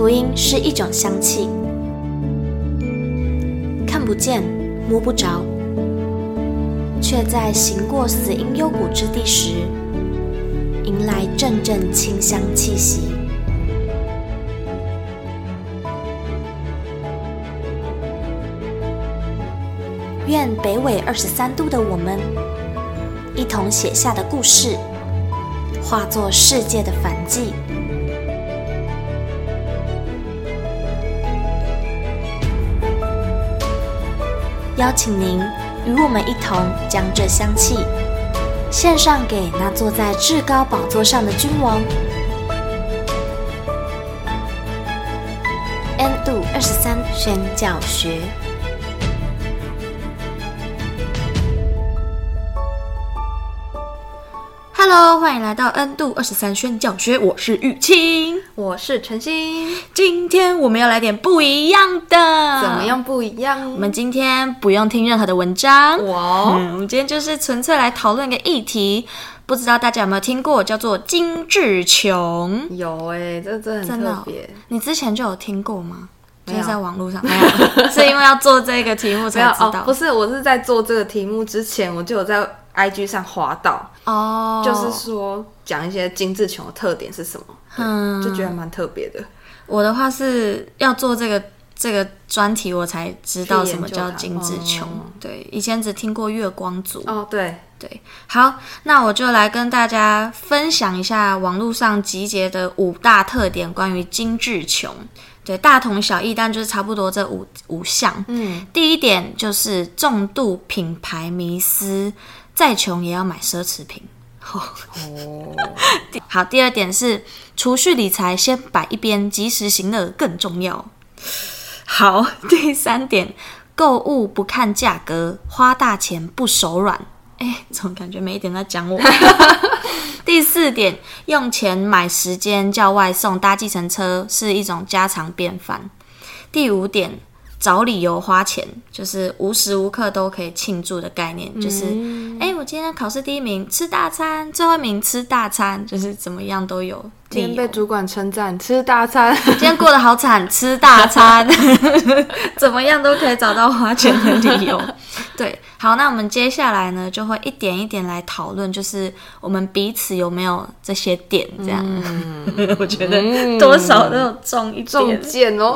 福音是一种香气，看不见摸不着，却在行过死荫幽谷之地时，迎来阵阵清香气息。愿北纬23度的我们，一同写下的故事，化作世界的反季。邀请您与我们一同将这香气献上给那坐在至高宝座上的君王。N 度23宣教学。Hello， 欢迎来到 N 度23宣教学，我是玉清， 我是陈欣。 今天我们要来点不一样的。 怎么样不一样？ 我们今天不用听任何的文章， 哇， 我们今天就是纯粹来讨论一个议题，不知道大家有没有听过，叫做精致穷。 有这真的很特别。 你之前就有听过吗？ 没有， 就是在网络上没有，是因为要做这个题目才知道。 不是，我是在做这个题目之前，我就有在 IG 上滑到，就是说讲一些精致穷的特点是什么，就觉得蛮特别的。 我的话是要做这个专题，我才知道什么叫精致穷。对，以前只听过月光族。 对， 好，那我就来跟大家分享一下网络上集结的5大特点，关于精致穷。对，大同小异，但就是差不多这五项。第一点就是重度品牌迷思，再穷也要买奢侈品。好，第二点是储蓄理财先摆一边，及时行乐更重要。好，第三点，购物不看价格，花大钱不手软。怎么感觉每一点在讲我？第四点，用钱买时间，叫外送、搭计程车是一种家常便饭。第五点，找理由花钱，就是无时无刻都可以庆祝的概念，就是我今天考试第一名吃大餐，最后一名吃大餐，就是怎么样都有。 今天被主管称赞吃大餐， 今天过得好惨吃大餐，怎么样都可以找到花钱的理由。对，好，那我们接下来呢就会一点一点来讨论，就是我们彼此有没有这些点这样。我觉得多少都有中一点， 中箭哦。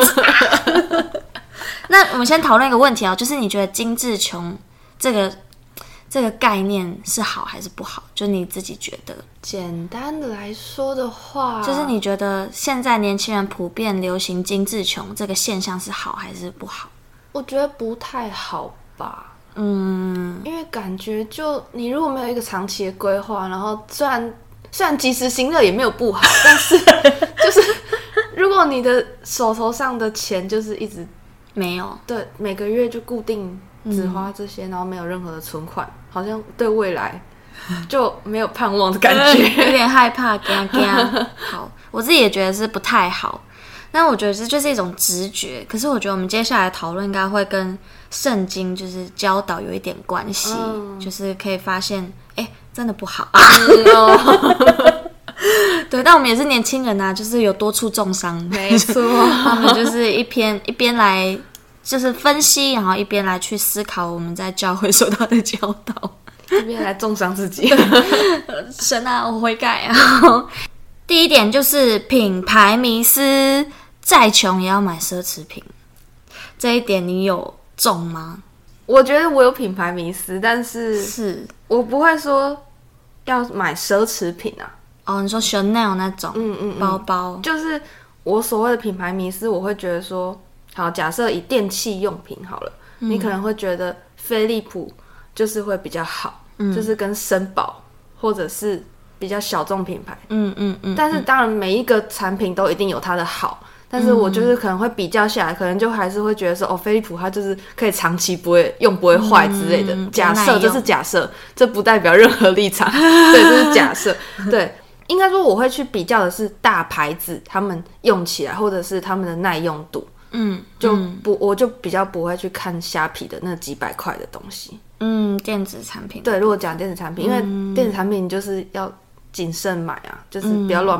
那我们先讨论一个问题就是你觉得精致穷这个概念是好还是不好？就你自己觉得。 简单的来说的话， 就是你觉得现在年轻人普遍流行精致穷这个现象是好还是不好？ 我觉得不太好吧。因为感觉就你如果没有一个长期的规划，然后虽然及时行乐也没有不好，但是就是如果你的手头上的钱就是一直没有，对， 每个月就固定只花这些，然后没有任何的存款，好像对未来就没有盼望的感觉， 有点害怕，好，我自己也觉得是不太好。那我觉得这就是一种直觉，可是我觉得我们接下来讨论应该会跟圣经就是教导有一点关系，就是可以发现，真的不好。对，但我们也是年轻人啊，就是有多处重伤， 没错。 他们就是一边来就是分析，然后一边来去思考我们在教会受到的教导， 一边来重伤自己。 神啊，我悔改啊！第一点就是品牌迷思，再穷也要买奢侈品。这一点你有中吗？ 我觉得我有品牌迷思，但是我不会说要买奢侈品啊。 你说 Chanel 那种包包， 就是我所谓的品牌迷思，我会觉得说，好，假设以电器用品好了，你可能会觉得飞利浦就是会比较好，就是跟森宝或者是比较小众品牌，但是当然每一个产品都一定有它的好，但是我就是可能会比较下来，可能就还是会觉得说，飞利浦它就是可以长期不会坏之类的。假设，这是假设，这不代表任何立场，对，这是假设，对。应该说我会去比较的是大牌子他们用起来，或者是他们的耐用度，我就比较不会去看虾皮的那几百块的东西。 电子产品， 对，如果讲电子产品，因为电子产品就是要谨慎买啊，就是不要乱买，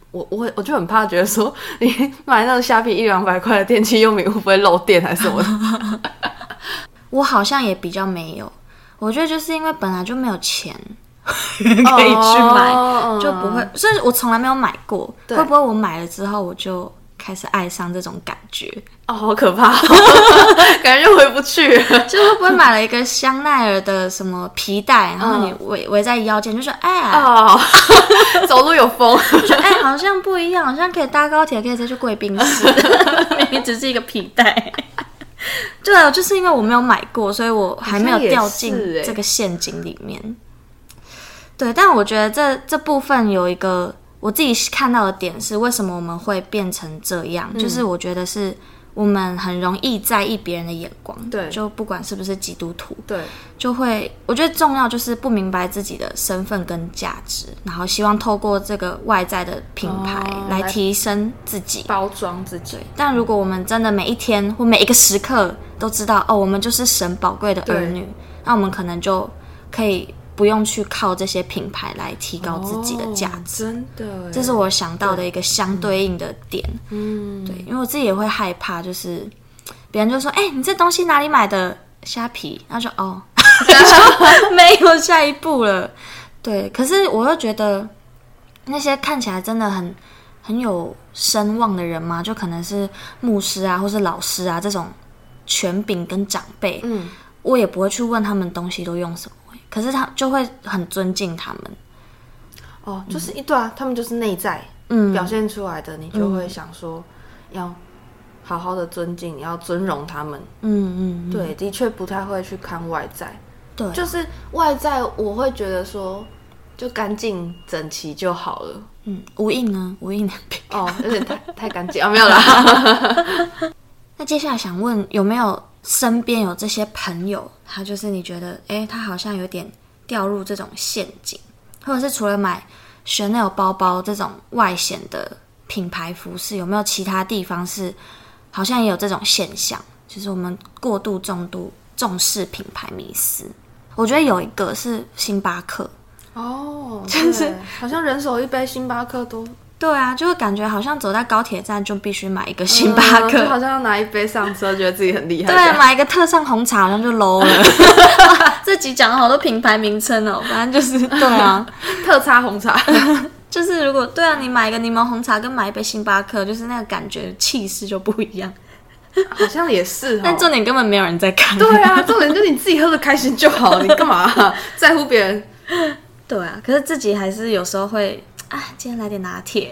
我就很怕，觉得说你买那种虾皮100-200块的电器用品会不会漏电还是什么的？ 我好像也比较没有，我觉得就是因为本来就没有钱可以去买，就不会，所以我从来没有买过。会不会我买了之后我就开始爱上这种感觉？ 哦，好可怕感觉就回不去了。 就会不会买了一个香奈儿的什么皮带，然后你围在腰间，就说走路有风， 就好像不一样，好像可以搭高铁，可以再去贵宾室，明明只是一个皮带。对啊，就是因为我没有买过，所以我还没有掉进这个陷阱里面。对，但我觉得这部分有一个我自己看到的点是，为什么我们会变成这样？就是我觉得是我们很容易在意别人的眼光， 对， 就不管是不是基督徒， 对， 就会我觉得重要就是不明白自己的身份跟价值，然后希望透过这个外在的品牌来提升自己， 包装自己。 但如果我们真的每一天或每一个时刻都知道我们就是神宝贵的儿女，那我们可能就可以不用去靠这些品牌来提高自己的价值。 真的， 这是我想到的一个相对应的点。对，因为我自己也会害怕，就是别人就说你这东西哪里买的？虾皮，然后就没有下一步了。对，可是我又觉得那些看起来真的很有声望的人嘛，就可能是牧师啊或是老师啊这种权柄跟长辈，我也不会去问他们东西都用什么，可是他就会很尊敬他们。 就是对啊，他们就是内在表现出来的，你就会想说要好好的尊敬，你要尊荣他们。对，的确不太会去看外在。对，就是外在我会觉得说就干净整齐就好了。 无印呢？无印有点太干净没有啦。 那接下来想问，有没有身边有这些朋友，他就是你觉得他好像有点掉入这种陷阱，或者是除了买 Chanel 包包这种外显的品牌服饰，有没有其他地方是好像也有这种现象，就是我们过度重视品牌迷思？我觉得有一个是星巴克。 就是好像人手一杯星巴克都。 对啊，就会感觉好像走在高铁站就必须买一个星巴克， 就好像要拿一杯上车，觉得自己很厉害。 对，买一个特上红茶好像就 low 了。这集讲了好多品牌名称反正就是对啊， 特差红茶。 就是如果对啊，你买一个柠檬红茶跟买一杯星巴克，就是那个感觉气势就不一样。 好像也是但重点根本没有人在看。 对啊，重点就是你自己喝得开心就好，你干嘛在乎别人？ 对啊，可是自己还是有时候会今天来点拿铁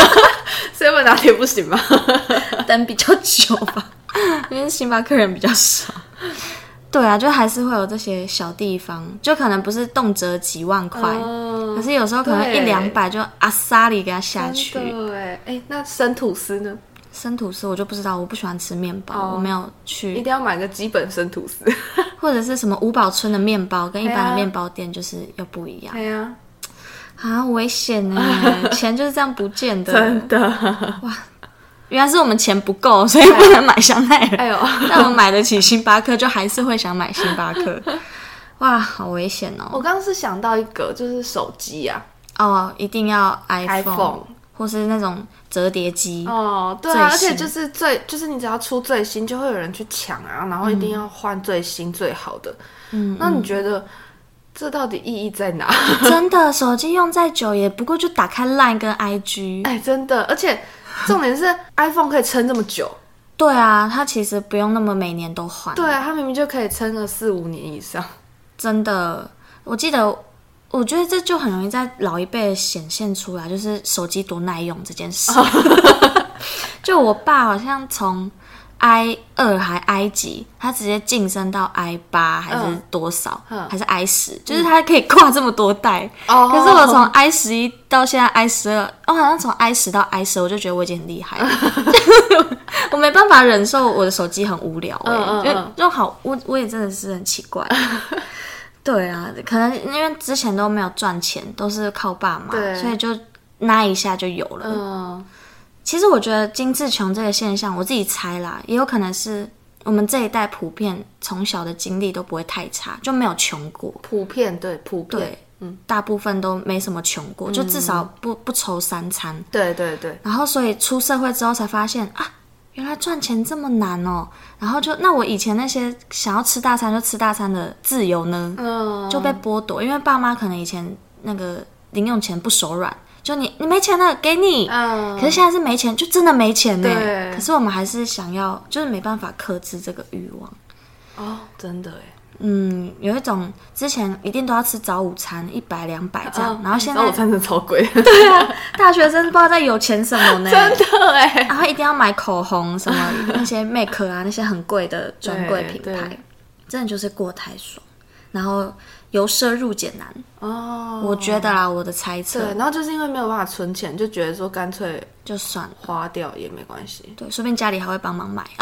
7-Eleven 拿铁不行吗？ 等比较久吧，因为星巴克人比较少。对啊，就还是会有这些小地方，就可能不是动辄几万块，可是有时候可能100-200就阿萨里给它下去。 对，那生吐司呢？ 生吐司我就不知道，我不喜欢吃面包，我没有去。 一定要买个基本生吐司， 或者是什么五宝村的面包跟一般的面包店就是又不一样。 对啊， 危险耶！钱就是这样不见的， 真的。 哇，原来是我们钱不够，所以不能买香奈儿。但我们买得起星巴克，就还是会想买星巴克。哇，好危险哦！ 我刚刚是想到一个，就是手机啊。 一定要 iPhone 或是那种折叠机。 对啊，而且就是你只要出最新，就会有人去抢啊，然后一定要换最新最好的。那你觉得这到底意义在哪？ 真的，手机用再久也不过就打开 LINE 跟 IG。 真的，而且重点是 iPhone 可以撑这么久。 对啊，它其实不用那么每年都换。 对啊，它明明就可以撑个4-5年以上。 真的，我觉得这就很容易在老一辈显现出来，就是手机多耐用这件事。就我爸好像从 i2 还 i 几，他直接晋升到 i8 还是多少，还是 i10，就是他可以跨这么多代。可是我从 i11 到现在 i12，好像从 i10 到 i10，我就觉得我已经很厉害了。我没办法忍受我的手机很无聊，就好，我也真的是很奇怪。对啊，可能因为之前都没有赚钱，都是靠爸妈，所以就那一下就有了。其实我觉得精致穷这个现象，我自己猜啦，也有可能是我们这一代普遍从小的经历都不会太差，就没有穷过。 普遍。 大部分都没什么穷过，就至少不愁三餐。 对对对。 然后所以出社会之后才发现啊，原来赚钱这么难哦。然后那我以前那些想要吃大餐就吃大餐的自由呢，就被剥夺，因为爸妈可能以前那个零用钱不手软。就你没钱了，给你。可是现在是没钱，就真的没钱呢。可是我们还是想要，就是没办法克制这个欲望。 哦，真的耶。 有一种之前一定都要吃早午餐，100、200这样，然后现在早午餐真的超贵。 对啊，大学生不知道在有钱什么呢？ 真的哎。 然后一定要买口红什么那些 MAC 啊，那些很贵的专柜品牌，真的就是过太爽。然后由奢入俭难我觉得啦，我的猜测。 对，然后就是因为没有办法存钱，就觉得说干脆就算了， 花掉也没关系。 对，说不定家里还会帮忙买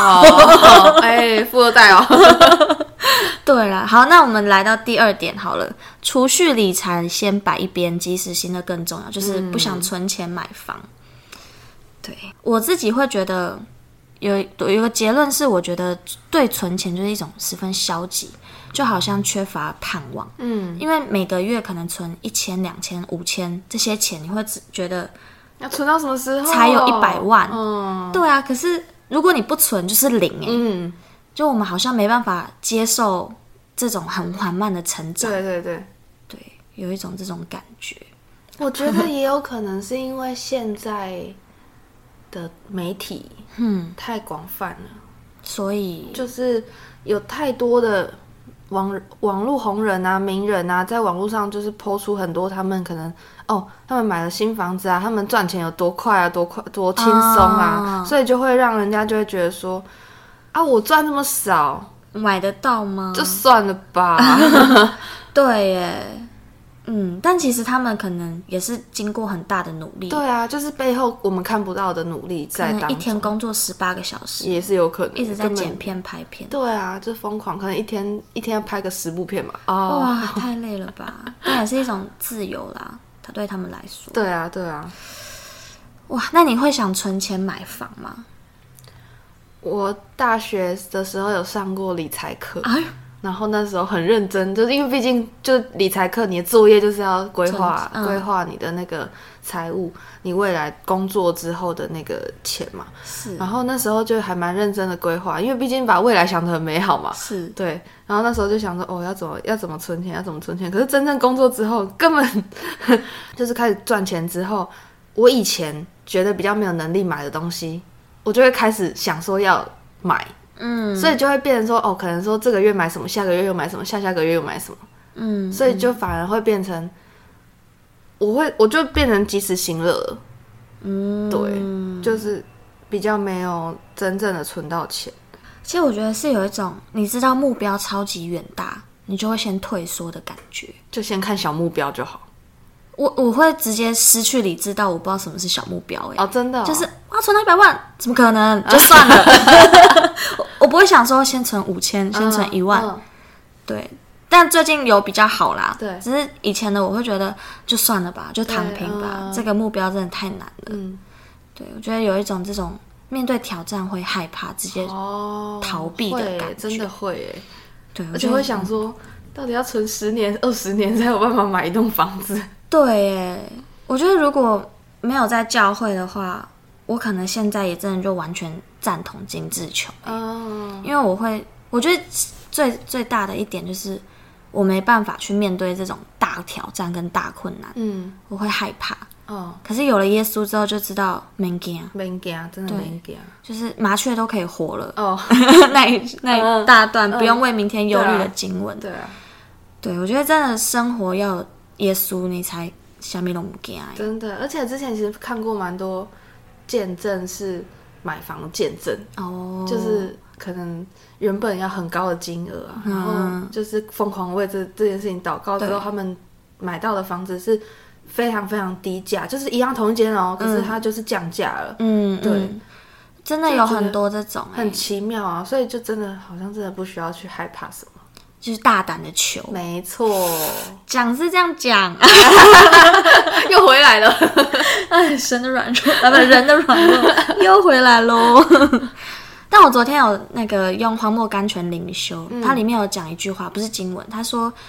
富二代哦。 对啦，好，那我们来到第2点好了，储蓄理财先摆一边，及时行乐更重要，就是不想存钱买房。对，我自己会觉得有一个结论是，我觉得对存钱就是一种十分消极，就好像缺乏盼望。因为每个月可能存1000、2000、5000这些钱，你会觉得要存到什么时候才有100万？对啊，可是如果你不存就是0就我们好像没办法接受这种很缓慢的成长。 对， 有一种这种感觉。 我觉得也有可能是因为现在的媒体太广泛了，所以就是有太多的网络红人啊、名人啊，在网络上就是po出很多他们可能他们买了新房子啊，他们赚钱有多快啊、多轻松啊，所以就会让人家就会觉得说啊，我赚那么少， 买得到吗？ 就算了吧。 对耶。但其实他们可能也是经过很大的努力。 对啊，就是背后我们看不到的努力在当中。 可能一天工作18个小时， 也是有可能一直在剪片拍片。 对啊，就疯狂，可能一天要拍个10部片嘛。 哇，太累了吧？那也是一种自由啦，它对他们来说。 对啊。 哇，那你会想存钱买房吗？ 我大学的时候有上过理财课。然后那时候很认真，就是因为毕竟就理财课，你的作业就是要规划你的那个财务，你未来工作之后的那个钱嘛。是。然后那时候就还蛮认真的规划，因为毕竟把未来想得很美好嘛。是。对。然后那时候就想说，要怎么存钱，要怎么存钱。可是真正工作之后，根本就是开始赚钱之后，我以前觉得比较没有能力买的东西，我就会开始想说要买。所以就会变成说，可能说这个月买什么，下个月又买什么，下下个月又买什么，所以就反而会变成，我就变成及时行乐了，对，就是比较没有真正的存到钱。 其实我觉得是有一种，你知道目标超级远大，你就会先退缩的感觉， 就先看小目标就好。 我会直接失去理智到我不知道什么是小目标真的就是存到100万，怎么可能？就算了。我不会想说先存5000，先存1万。对，但最近有比较好啦。对，只是以前的我会觉得就算了吧，就躺平吧，这个目标真的太难了。对，我觉得有一种这种面对挑战会害怕，直接逃避的感觉， 真的会对， 而且会想说，到底要存10年、20年才有办法买一栋房子。 对耶，我觉得如果没有在教会的话，我可能现在也真的就完全赞同精致穷。因为我觉得最大的一点就是我没办法去面对这种大挑战跟大困难。我会害怕。可是有了耶稣之后就知道免怕， 真的免怕， 就是麻雀都可以活了。那一大段不用为明天忧虑的经文。对，我觉得真的生活要有耶稣，你才什么都不怕。 真的，而且之前其实看过蛮多见证是买房的见证。就是可能原本要很高的金额然后就是疯狂为这件事情祷告之后，他们买到的房子是非常非常低价，就是一样同一间可是它就是降价了。对， 真的有很多这种很奇妙啊，所以就真的好像真的不需要去害怕什么。 就是大胆的求， 没错， 讲是这样讲， 又回来了， 神的软弱不，人的软弱又回来咯。但我昨天有那个用荒漠甘泉灵修，它里面有讲一句话，不是经文，他说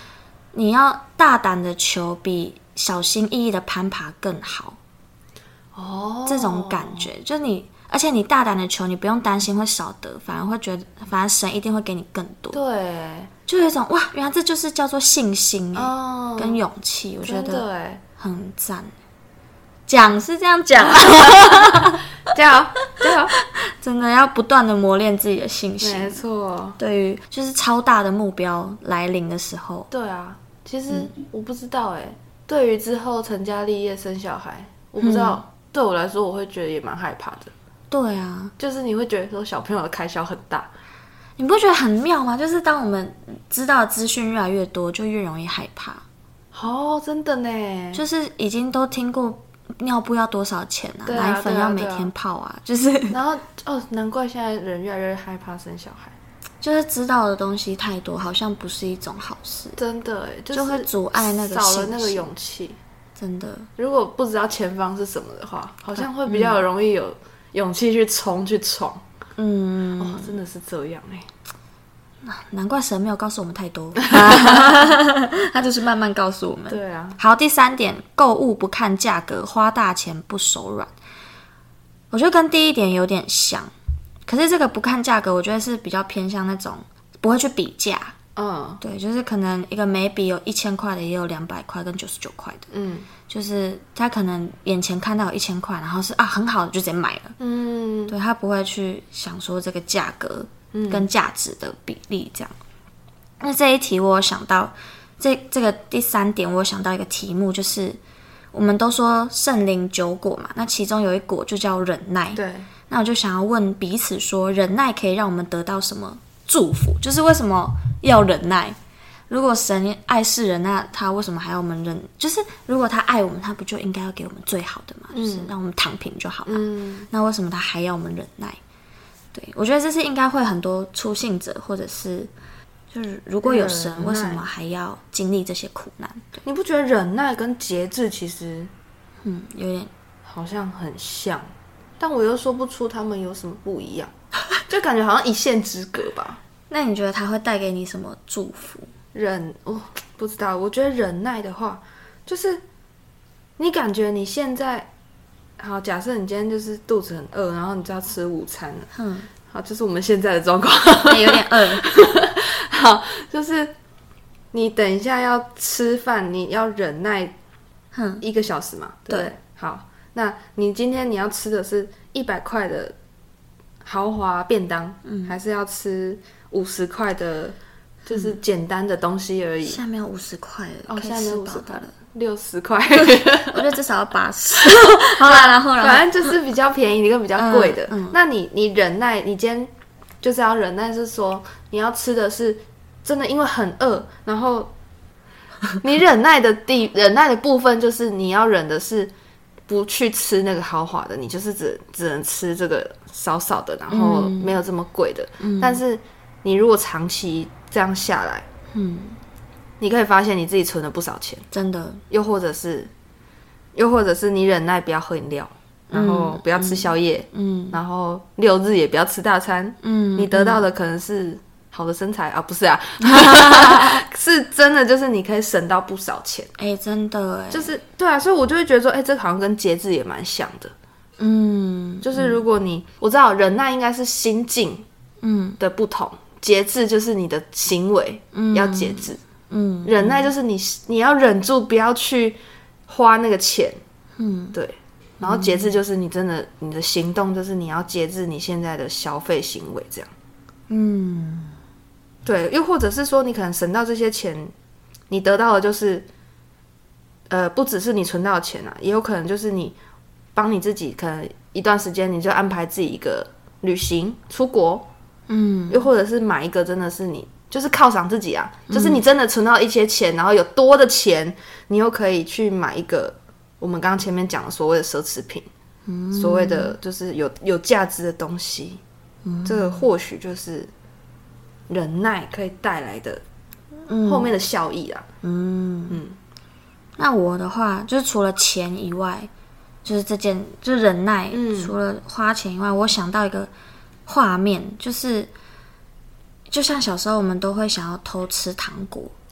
你要大胆的求比小心翼翼的攀爬更好。这种感觉，就而且你大胆的求，你不用担心会少得，反而会觉得，反而神一定会给你更多。 对， 就有一种哇，原来这就是叫做信心跟勇气，我觉得很赞。讲是这样讲， 加油加油！ 真的要不断的磨练自己的信心。 没错， 对于就是超大的目标来临的时候， 对啊，其实我不知道对于之后成家立业生小孩，我不知道，对我来说我会觉得也蛮害怕的。 对啊， 就是你会觉得说小朋友的开销很大， 你不觉得很妙吗？就是当我们知道的资讯越来越多，就越容易害怕。 真的呢， 就是已经都听过尿布要多少钱啊，奶粉要每天泡啊，就是然后难怪现在人越来越害怕生小孩， 就是知道的东西太多，好像不是一种好事。 真的就会阻碍那个少了那个勇气。 真的， 如果不知道前方是什么的话，好像会比较容易有勇气去冲去闯。真的是这样难怪神没有告诉我们太多，他就是慢慢告诉我们。 对啊。 好，第3点，购物不看价格，花大钱不手软。我觉得跟第一点有点像，可是这个不看价格，我觉得是比较偏向那种不会去比价。对，就是可能一个眉笔有1000块的，也有200块跟99块的。就是他可能眼前看到有1000块，然后是很好的就直接买了。对，他不会去想说这个价格跟价值的比例这样。那这一题我有想到这个第3点，我有想到一个题目，就是我们都说圣灵9果嘛，那其中有一果就叫忍耐。 对， 那我就想要问彼此说，忍耐可以让我们得到什么祝福？就是为什么要忍耐？如果神爱世人，那他为什么还要我们忍？就是如果他爱我们，他不就应该要给我们最好的嘛？就是让我们躺平就好了。那为什么他还要我们忍耐？对，我觉得这是应该会很多初信者，或者是就是如果有神，为什么还要经历这些苦难？ 你不觉得忍耐跟节制其实有点好像很像，但我又说不出他们有什么不一样，就感觉好像一线之隔吧。 那你觉得它会带给你什么祝福？ 不知道，我觉得忍耐的话，就是你感觉你现在好，假设你今天就是肚子很饿，然后你就要吃午餐了。好，这是我们现在的状况， 有点饿。 好，就是你等一下要吃饭，你要忍耐1个小时嘛，对不对？好，那你今天你要吃的是100块的豪华便当，还是要吃50块的？就是简单的东西而已。 下面有50块了， 下面50块了，60块。 我觉得至少要80。好啦，然后反正就是比较便宜的跟比较贵的。那你忍耐，你今天就是要忍耐，是说你要吃的是真的，因为很饿，然后你忍耐的部分就是你要忍的是不去吃那个豪华的，你就是只能吃这个少少的，然后没有这么贵的。但是你如果长期这样下来，你可以发现你自己存了不少钱， 真的。 又或者是你忍耐不要喝饮料，然后不要吃宵夜，然后6日也不要吃大餐，你得到的可能是好的身材啊，不是啊，是真的，就是你可以省到不少钱。 真的就是对啊，所以我就会觉得说，这个好像跟节制也蛮像的。就是如果我知道忍耐应该是心境的不同。节制就是你的行为要节制，忍耐就是你要忍住不要去花那个钱，对，然后节制就是你真的你的行动就是你要节制你现在的消费行为，这样，对，又或者是说你可能省到这些钱，你得到的就是不只是你存到的钱啊，也有可能就是你帮你自己可能一段时间你就安排自己一个旅行出国。又或者是买一个真的是你就是犒赏自己啊，就是你真的存到一些钱，然后有多的钱，你又可以去买一个我们刚刚前面讲的所谓的奢侈品，所谓的就是有价值的东西，这个或许就是忍耐可以带来的后面的效益啊。 那我的话就是除了钱以外，就是就是忍耐，除了花钱以外，我想到一个画面，就像小时候我们都会想要偷吃糖果，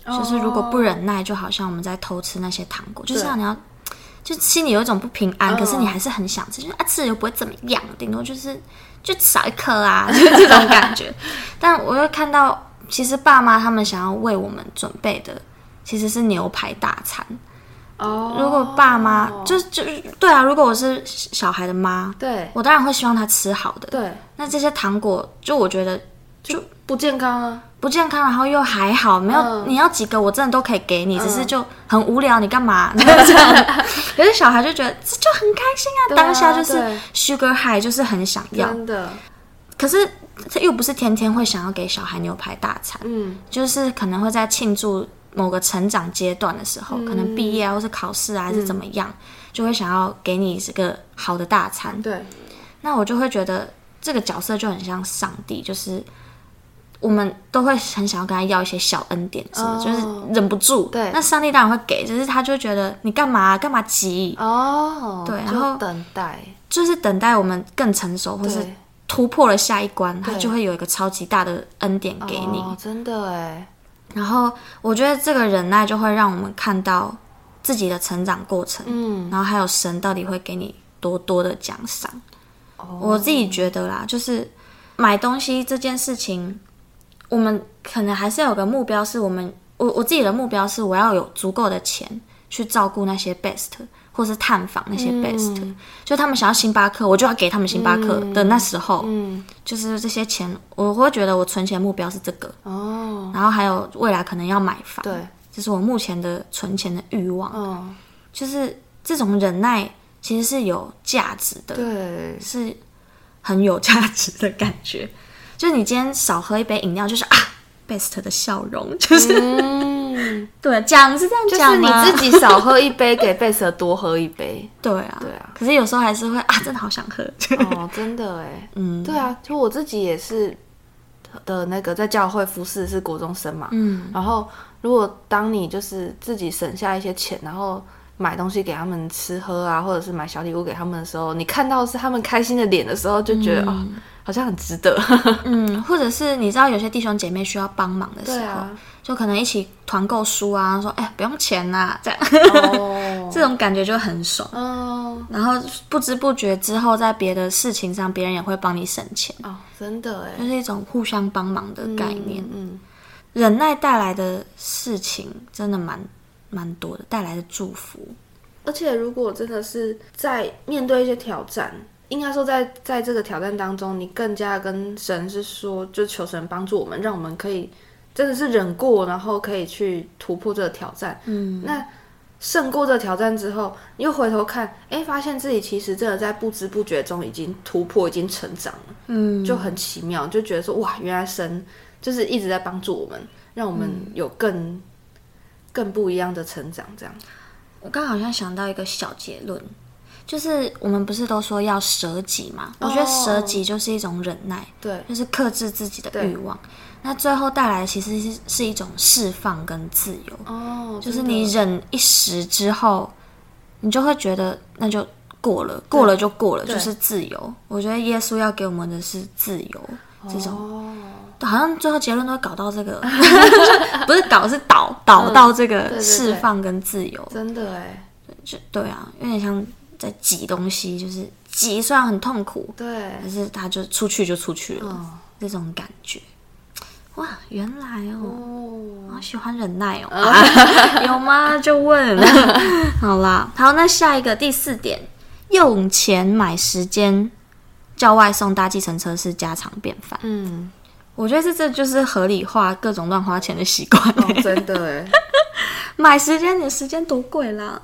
就是如果不忍耐，就好像我们在偷吃那些糖果，就是让你要就心里有一种不平安，可是你还是很想吃，就是吃了又不会怎么样，顶多就少一颗啊，就是这种感觉。但我又看到，其实爸妈他们想要为我们准备的其实是牛排大餐。如果爸妈对啊，如果我是小孩的妈， 对， 我当然会希望他吃好的。 对， 那这些糖果，就我觉得就不健康啊， 不健康，然后又还好，没有、你要几个我真的都可以给你，只是就很无聊，你干嘛？这样，可是小孩就觉得这就很开心啊，当下就是 sugar high， 就是很想要。 真的。 可是又不是天天会想要给小孩牛排大餐，就是可能会在庆祝某个成长阶段的时候，可能毕业啊，或是考试啊，还是怎么样，就会想要给你这个好的大餐。 对， 那我就会觉得这个角色就很像上帝，就是我们都会很想要跟他要一些小恩典什么，就是忍不住。 对， 那上帝当然会给，只是他就会觉得你干嘛急对，然后等待， 就是等待我们更成熟，或是突破了下一关，他就会有一个超级大的恩典给你。 真的耶。 然后我觉得这个忍耐就会让我们看到自己的成长过程，然后还有神到底会给你多多的奖赏。我自己觉得啦，就是买东西这件事情，我们可能还是有个目标，是我自己的目标是我要有足够的钱去照顾那些 best， 或是探访那些 best，就他们想要星巴克，我就要给他们星巴克的那时候，就是这些钱，我会觉得我存钱目标是这个，然后还有未来可能要买房，对，这是我目前的存钱的欲望，就是这种忍耐其实是有价值的，对，是很有价值的感觉。就是你今天少喝一杯饮料，就是best 的笑容，就是对，讲是这样讲吗？ 就是你自己少喝一杯，给 best 多喝一杯。 对啊。可是有时候还是会真的好想喝。 真的哎。对啊，就我自己也是的那个在教会服侍是国中生嘛。然后如果当你就是自己省下一些钱，然后买东西给他们吃喝啊，或者是买小礼物给他们的时候，你看到是他们开心的脸的时候，就觉得好像很值得。 或者是你知道有些弟兄姐妹需要帮忙的时候，就可能一起团购书啊，说不用钱啦，这样，这种感觉就很爽。然后不知不觉之后，在别的事情上，别人也会帮你省钱。 真的哎， 就是一种互相帮忙的概念。忍耐带来的事情真的蛮多的，带来的祝福。 而且如果真的是在面对一些挑战，应该说在这个挑战当中，你更加跟神是说，就求神帮助我们，让我们可以真的是忍过，然后可以去突破这个挑战。那胜过这个挑战之后，你又回头看，发现自己其实真的在不知不觉中已经突破，已经成长了。就很奇妙，就觉得说哇，原来神就是一直在帮助我们，让我们有更不一样的成长。这样， 我刚好像想到一个小结论。就是我们不是都说要舍己吗？我觉得舍己就是一种忍耐，对，就是克制自己的欲望。那最后带来的其实是一种释放跟自由。就是你忍一时之后，你就会觉得那就过了，过了就过了，就是自由。我觉得耶稣要给我们的是自由，这种。好像最后结论都会搞到这个，不是搞是导到这个释放跟自由。 真的哎， 对啊，有点像。在挤东西，就是挤，虽然很痛苦， 对， 但是它就出去就出去了，这种感觉。哇，原来我好喜欢忍耐有吗？就问。好啦，好，那下一个第4点，用钱买时间，叫外送搭计程车是家常便饭。我觉得这就是合理化各种乱花钱的习惯。 真的耶。 买时间，你的时间多贵啦。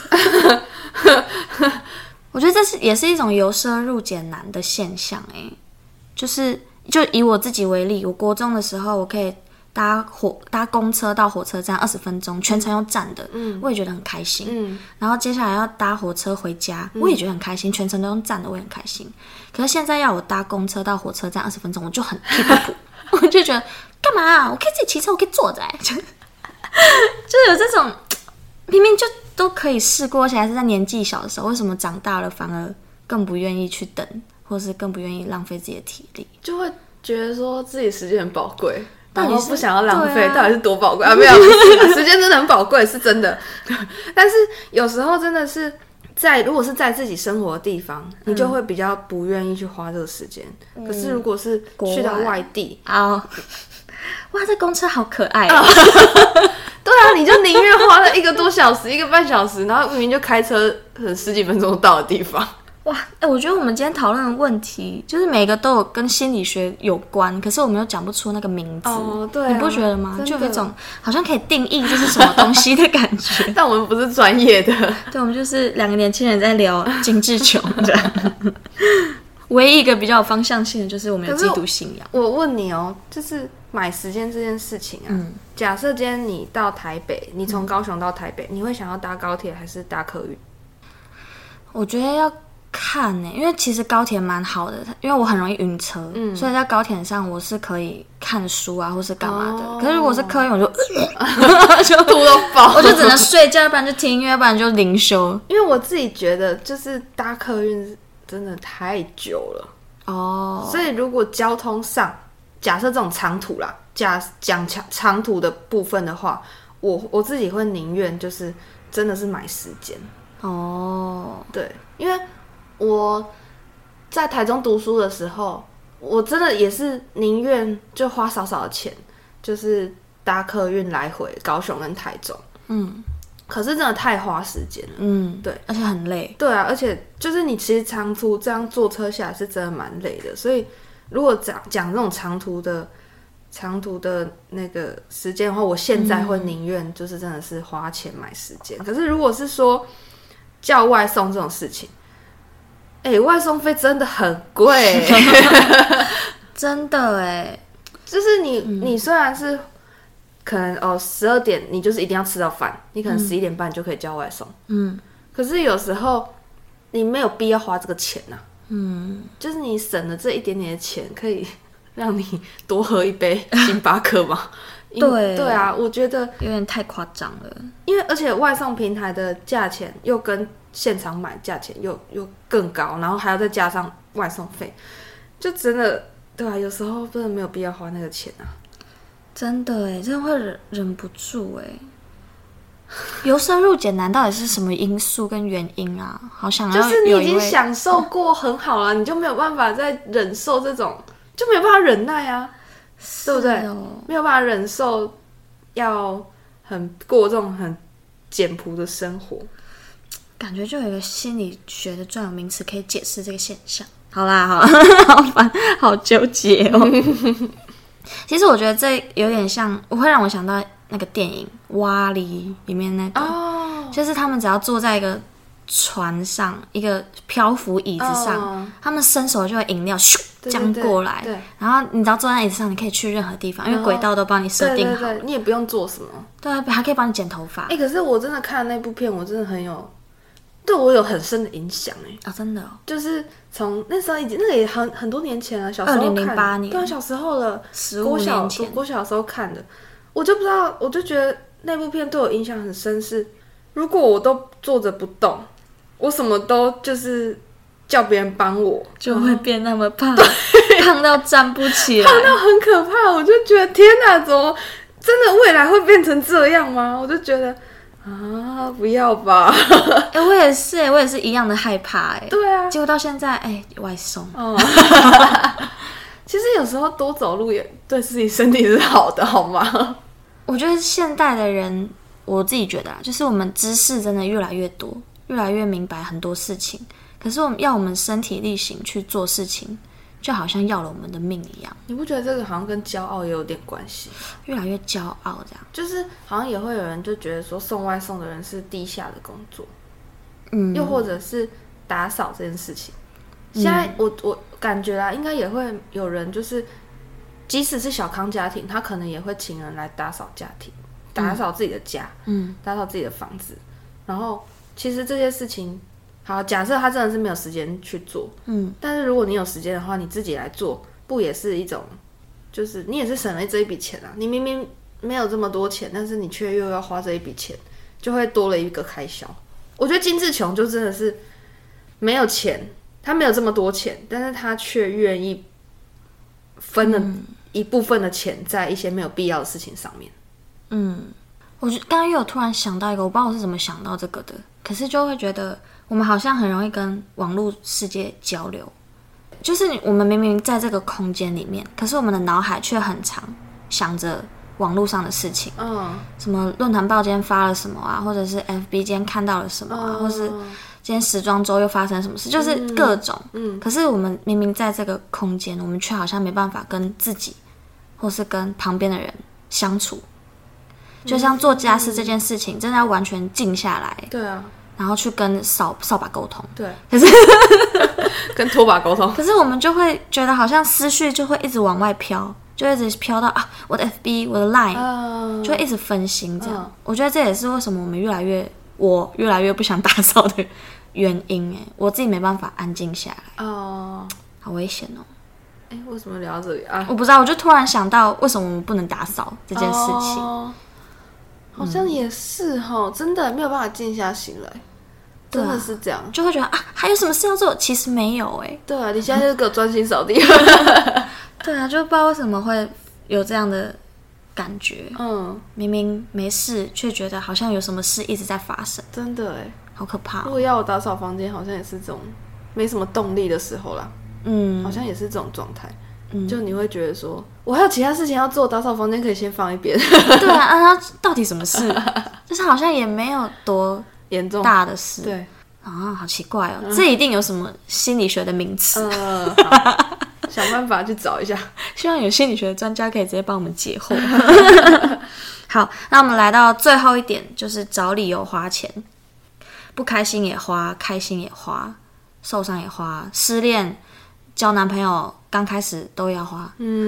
我觉得这也是一种由奢入俭难的现象。就以我自己为例，我国中的时候我可以搭公车到火车站20分钟，全程用站的，我也觉得很开心。然后接下来要搭火车回家，我也觉得很开心，全程都用站的，我也很开心。可是现在要我搭公车到火车站20分钟，我就很屁股谱，我就觉得干嘛我可以自己骑车，我可以坐着就有这种明明就都可以试过，而且还是在年纪小的时候，为什么长大了反而更不愿意去等，或是更不愿意浪费自己的体力？ 就会觉得说自己时间很宝贵， 然后不想要浪费， 啊、 到底是多宝贵啊？没有，时间真的很宝贵，是真的。但是有时候真的是如果是在自己生活的地方，你就会比较不愿意去花这个时间。可是如果是去到外地， 哇，这公车好可爱对啊，你就宁愿花了1个多小时、1个半小时，然后明明就开车可能10几分钟到的地方。 哇，我觉得我们今天讨论的问题，就是每个都有跟心理学有关，可是我们又讲不出那个名字。 对啊， 你不觉得吗？就有一种好像可以定义这是什么东西的感觉。 但我们不是专业的， 对，我们就是2个年轻人在聊精致穷这样。唯一一个比较有方向性的就是我们有基督信仰。 我问你哦，就是买时间这件事情啊，假设今天你到台北，你从高雄到台北，你会想要搭高铁还是搭客运？ 我觉得要看因为其实高铁蛮好的，因为我很容易晕车，所以在高铁上我是可以看书啊，或是干嘛的。可是如果是客运，我就就吐到爆， 我就只能睡觉，要不然就听音乐，要不然就灵修。 因为我自己觉得，就是搭客运真的太久了所以如果交通上，假设这种长途啦，讲长途的部分的话，我自己会宁愿就是真的是买时间对，因为我在台中读书的时候，我真的也是宁愿就花少少的钱，就是搭客运来回高雄跟台中。可是真的太花时间了。对， 而且很累。 对啊，而且就是你其实长途这样坐车下来是真的蛮累的，所以如果讲这种长途的那个时间的话，我现在会宁愿就是真的是花钱买时间。可是如果是说叫外送这种事情，外送费真的很贵真的就是你虽然是可能12点你就是一定要吃到饭，你可能11点半就可以叫外送，可是有时候你没有必要花这个钱就是你省了这一点点的钱，可以让你多喝一杯星巴克嘛？对啊，我觉得有点太夸张了。 因为而且外送平台的价钱又跟现场买价钱又更高，然后还要再加上外送费，就真的对啊，有时候真的没有必要花那个钱啊。 真的真的会忍不住由奢入俭难到底是什么因素跟原因啊？好想要就是你已经享受过很好了，你就没有办法再忍受这种，就没有办法忍耐啊，对不对？没有办法忍受要过这种很简朴的生活， 感觉就有一个心理学的专有名词可以解释这个现象。好啦，好烦，好纠结其实我觉得这有点像，我会让我想到那个电影《蛙哩》里面那个就是他们只要坐在一个船上，一个漂浮椅子上，他们伸手就会饮料咻这样过来，然后你只要坐在椅子上，你可以去任何地方，因为轨道都帮你设定好了， 你也不用做什么， 对啊，还可以帮你剪头发。 可是我真的看那部片，我真的对我有很深的影响真的就是从那时候那个也很多年前了，小时候看 2008年， 对啊，小时候了 ，15年前， 国小的时候看的，我就不知道，我就觉得那部片对我影响很深是，如果我都坐着不动，我什么都就是叫别人帮我， 就会变那么胖，胖到站不起来， 胖到很可怕，我就觉得天哪，怎么真的未来会变成这样吗？我就觉得不要吧我也是一样的害怕对啊， 结果到现在外送其实有时候多走路也对自己身体是好的，好吗？ 我觉得现代的人，我自己觉得就是我们知识真的越来越多，越来越明白很多事情，可是我们身体力行去做事情，就好像要了我们的命一样。 你不觉得这个好像跟骄傲也有点关系？ 越来越骄傲这样， 就是好像也会有人就觉得说送外送的人是低下的工作，又或者是打扫这件事情。现在我感觉啦，应该也会有人就是即使是小康家庭，他可能也会请人来打扫家庭，打扫自己的家，打扫自己的房子。然后其实这些事情，好，假设他真的是没有时间去做，但是如果你有时间的话，你自己来做，不也是一种，就是你也是省了这一笔钱啊。你明明没有这么多钱，但是你却又要花这一笔钱，就会多了一个开销。我觉得金志琼就真的是没有钱，他没有这么多钱，但是他却愿意分了一部分的钱在一些没有必要的事情上面。 我刚刚又有突然想到一个，我不知道我是怎么想到这个的，可是就会觉得我们好像很容易跟网络世界交流，就是我们明明在这个空间里面，可是我们的脑海却很常想着网络上的事情，什么论坛报今天发了什么啊，或者是 FB 今天看到了什么啊，或是今天时装周又发生什么事，就是各种。可是我们明明在这个空间，我们却好像没办法跟自己或是跟旁边的人相处。就像做家事这件事情，真的要完全静下来， 对啊， 然后去跟扫把沟通。 对， 可是跟拖把沟通。 可是我们就会觉得好像思绪就会一直往外飘，就一直飘到我的 FB 我的 Line，就会一直分心这样。我觉得这也是为什么我越来越不想打扫的原因。我自己没办法安静下来。好危险哦。 为什么聊到这里啊？ 我不知道，我就突然想到为什么我们不能打扫这件事情。 好像也是真的没有办法静下心来，真的是这样， 就会觉得还有什么事要做，其实没有对啊，你现在就是给我专心扫地。 对啊，就不知道为什么会有这样的感觉。明明没事，却觉得好像有什么事一直在发生。 真的好可怕。 如果要我打扫房间，好像也是这种没什么动力的时候啦。好像也是这种状态。就你会觉得说，我还有其他事情要做，打扫房间可以先放一边。 对啊，那到底什么事？就是好像也没有多严重大的事。 对好奇怪哦，这一定有什么心理学的名词。 想办法去找一下。 希望有心理学的专家可以直接帮我们解惑。好，那我们来到最后一点，就是找理由花钱。不开心也花，开心也花，受伤也花，失恋、交男朋友刚开始都要花。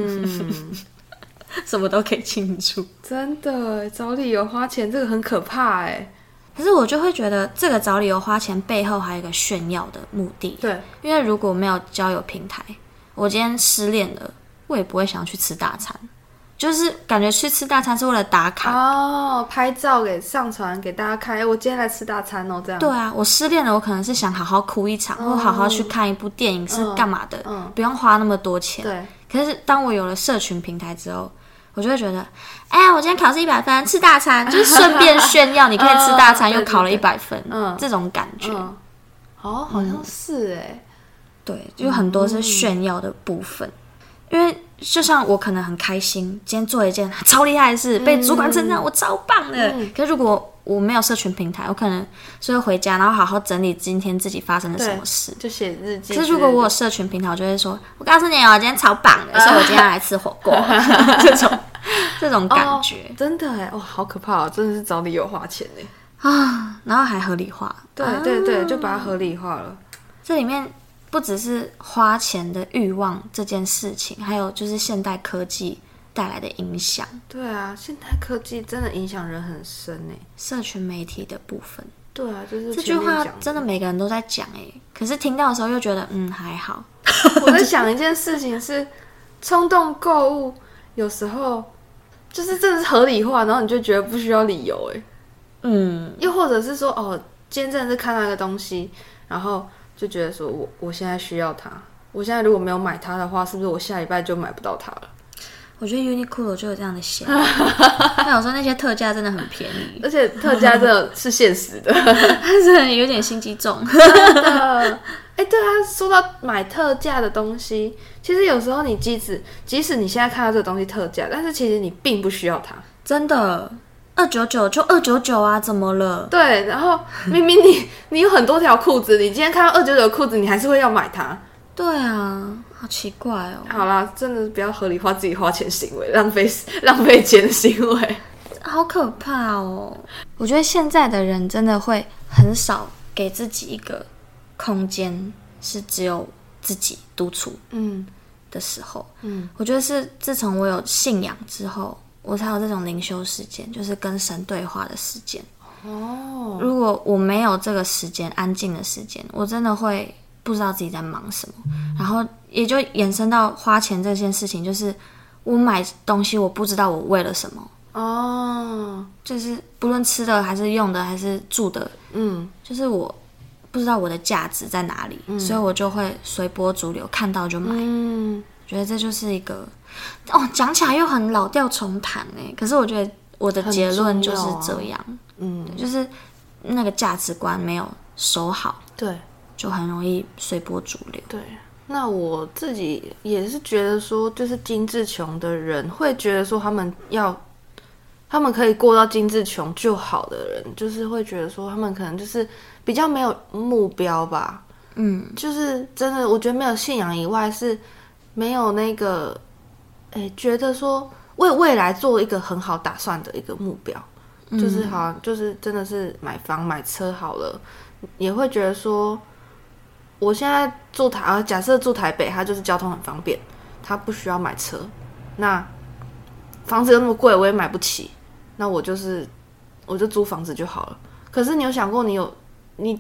什么都可以庆祝。 真的，找理由花钱这个很可怕。 可是我就会觉得这个找理由花钱背后还有一个炫耀的目的。 对， 因为如果没有交友平台，我今天失恋了，我也不会想要去吃大餐，就是感觉去吃大餐是为了打卡拍照给上传给大家看。我今天来吃大餐这样。 对啊，我失恋了，我可能是想好好哭一场，或好好去看一部电影，是干嘛的，不用花那么多钱。 对。 可是当我有了社群平台之后，我就会觉得，我今天考试100分，吃大餐，就是顺便炫耀你可以吃大餐，又考了100分，这种感觉。 好像是对，就很多是炫耀的部分。因为就像我可能很开心，今天做了一件超厉害的事，被主管称赞，我超棒的。可是如果我没有社群平台，我可能是会回家，然后好好整理今天自己发生了什么事， 就写日记。 可是如果我有社群平台，我就会说，我告诉你我今天超棒的，所以我今天要来吃火锅。这种感觉。 真的好可怕真的是找理由花钱然后还合理化。 对，就把它合理化了。 这里面不只是花钱的欲望这件事情，还有就是现代科技带来的影响。 对啊，现代科技真的影响人很深社群媒体的部分。 对啊，就是这句话真的每个人都在讲可是听到的时候又觉得还好。 我在想一件事情是，冲动购物有时候就是真的是合理化，然后你就觉得不需要理由又或者是说今天真的是看到一个东西，然后就觉得说我现在需要它，我现在如果没有买它的话，是不是我下礼拜就买不到它了？ 我觉得 Uniqlo 就有这样的嫌疑。那有时候那些特价真的很便宜， 而且特价真的是现实的， 真的有点心机重。 真的。对啊，说到买特价的东西，其实有时候你即使你现在看到这个东西特价，但是其实你并不需要它。 真的，299就299啊，怎么了？ 对，然后明明你有很多条裤子，你今天看到299的裤子，你还是会要买它。 对啊，好奇怪好啦，真的不要合理化自己花钱行为，浪费钱的行为， 好可怕我觉得现在的人真的会很少给自己一个空间，是只有自己独处的时候。我觉得是自从我有信仰之后，我才有这种灵修时间，就是跟神对话的时间。如果我没有这个时间，安静的时间，我真的会不知道自己在忙什么，然后也就衍生到花钱这件事情，就是我买东西我不知道我为了什么就是不论吃的还是用的还是住的就是我不知道我的价值在哪里，所以我就会随波逐流，看到就买觉得这就是一个讲起来又很老调重弹哎，可是我觉得我的结论就是这样，就是那个价值观没有守好， 对， 就很容易随波逐流。 对，那我自己也是觉得说，就是精致穷的人会觉得说他们可以过到精致穷就好的人，就是会觉得说他们可能就是比较没有目标吧。就是真的，我觉得没有信仰以外是没有那个，觉得说为未来做一个很好打算的一个目标，就是好像就是真的是买房买车好了，也会觉得说，我现在假设住台北，它就是交通很方便，它不需要买车，那房子又那么贵，我也买不起，那我就租房子就好了。可是你有想过，你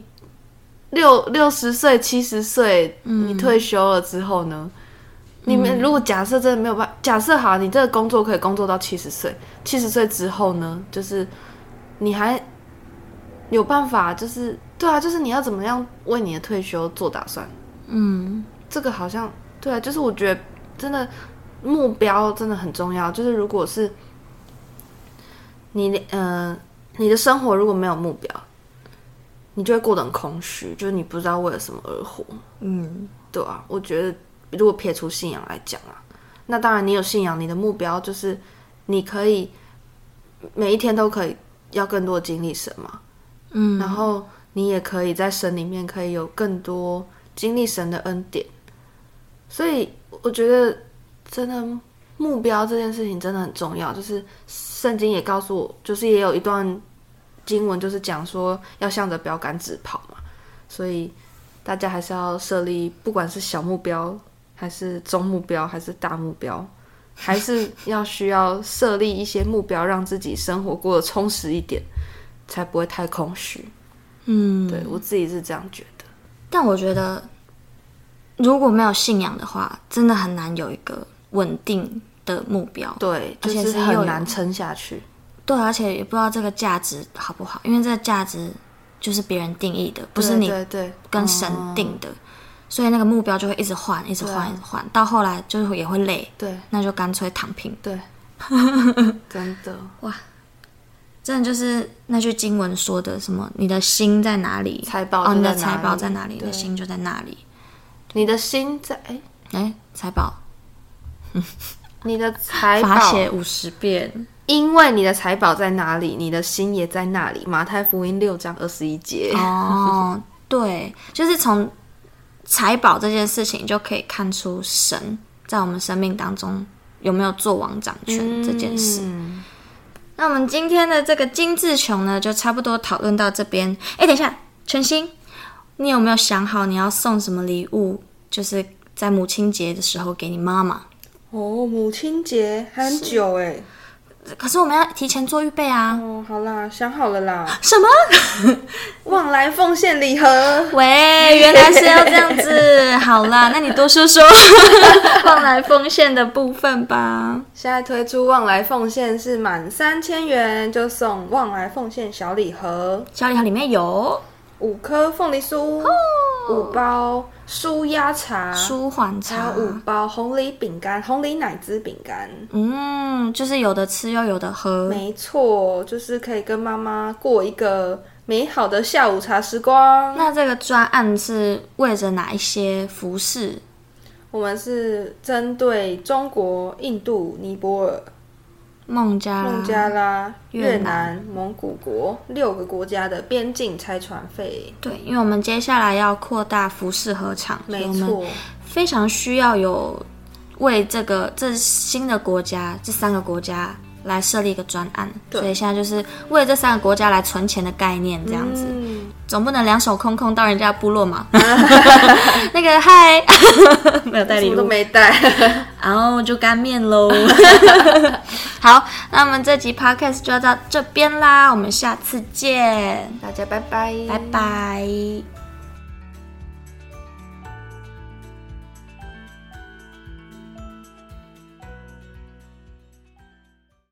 60岁、70岁，你退休了之后呢？你们如果假设真的没有办法，假设好，你这个工作可以工作到70岁，70岁之后呢，就是你还有办法，就是对啊，就是你要怎么样为你的退休做打算？这个好像对啊，就是我觉得真的目标真的很重要。就是如果是你的生活如果没有目标，你就会过得很空虚，就是你不知道为了什么而活。对啊，我觉得如果撇除信仰来讲啊，那当然你有信仰，你的目标就是你可以每一天都可以要更多经历神嘛。然后你也可以在神里面可以有更多经历神的恩典。所以我觉得真的目标这件事情真的很重要，就是圣经也告诉我，就是也有一段经文就是讲说要向着标杆直跑嘛，所以大家还是要设立，不管是小目标还是中目标还是大目标，还是需要设立一些目标，让自己生活过得充实一点，才不会太空虚。对，我自己是这样觉得。 但我觉得如果没有信仰的话，真的很难有一个稳定的目标。 对， 而且就是很难撑下去。 对，而且也不知道这个价值好不好，因为这个价值就是别人定义的，不是你跟神定的，所以那个目标就会一直换，一直换，一直换，到后来就是也会累。 对， 那就干脆躺平。 对，真的哇，真的就是那句经文说的什么，你的心在哪里， 财宝你的财宝在哪里，你的心就在那里。 你的心在财宝， 你的财宝罚写50遍。 因为你的财宝在哪里，你的心也在那里。马太福音6章21节。 对，就是从财宝这件事情就可以看出神在我们生命当中有没有做王掌权这件事。那我们今天的这个精致穷呢，就差不多讨论到这边。等一下，全新，你有没有想好你要送什么礼物？就是在母亲节的时候给你妈妈。 母亲节还很久耶。 可是我们要提前做预备啊。 好啦，想好了啦。 什么？ 旺来奉献礼盒。 喂，原来是要这样子。好啦，那你多说说旺来奉献的部分吧。 现在推出旺来奉献是满3000元就送旺来奉献小礼盒。 小礼盒里面有 5颗凤梨酥，5包舒压茶、 舒缓茶， 还有5包红梨饼干、红梨奶汁饼干。 就是有的吃又有的喝。 没错，就是可以跟妈妈过一个美好的下午茶时光。 那这个专案是为着哪一些服饰？ 我们是针对中国、印度、尼泊尔、孟加拉、越南、蒙古国6个国家的边境拆船费。 对，因为我们接下来要扩大服饰合场， 没错， 非常需要有为这新的国家，这3个国家来设立一个专案，所以现在就是为了这3个国家来存钱的概念，这样子，总不能两手空空到人家部落嘛。那个嗨，没有带礼物， 什么都没带， 然后就干面喽。好，那我们这集 podcast 就要到这边啦，我们下次见， 大家拜拜， 拜拜。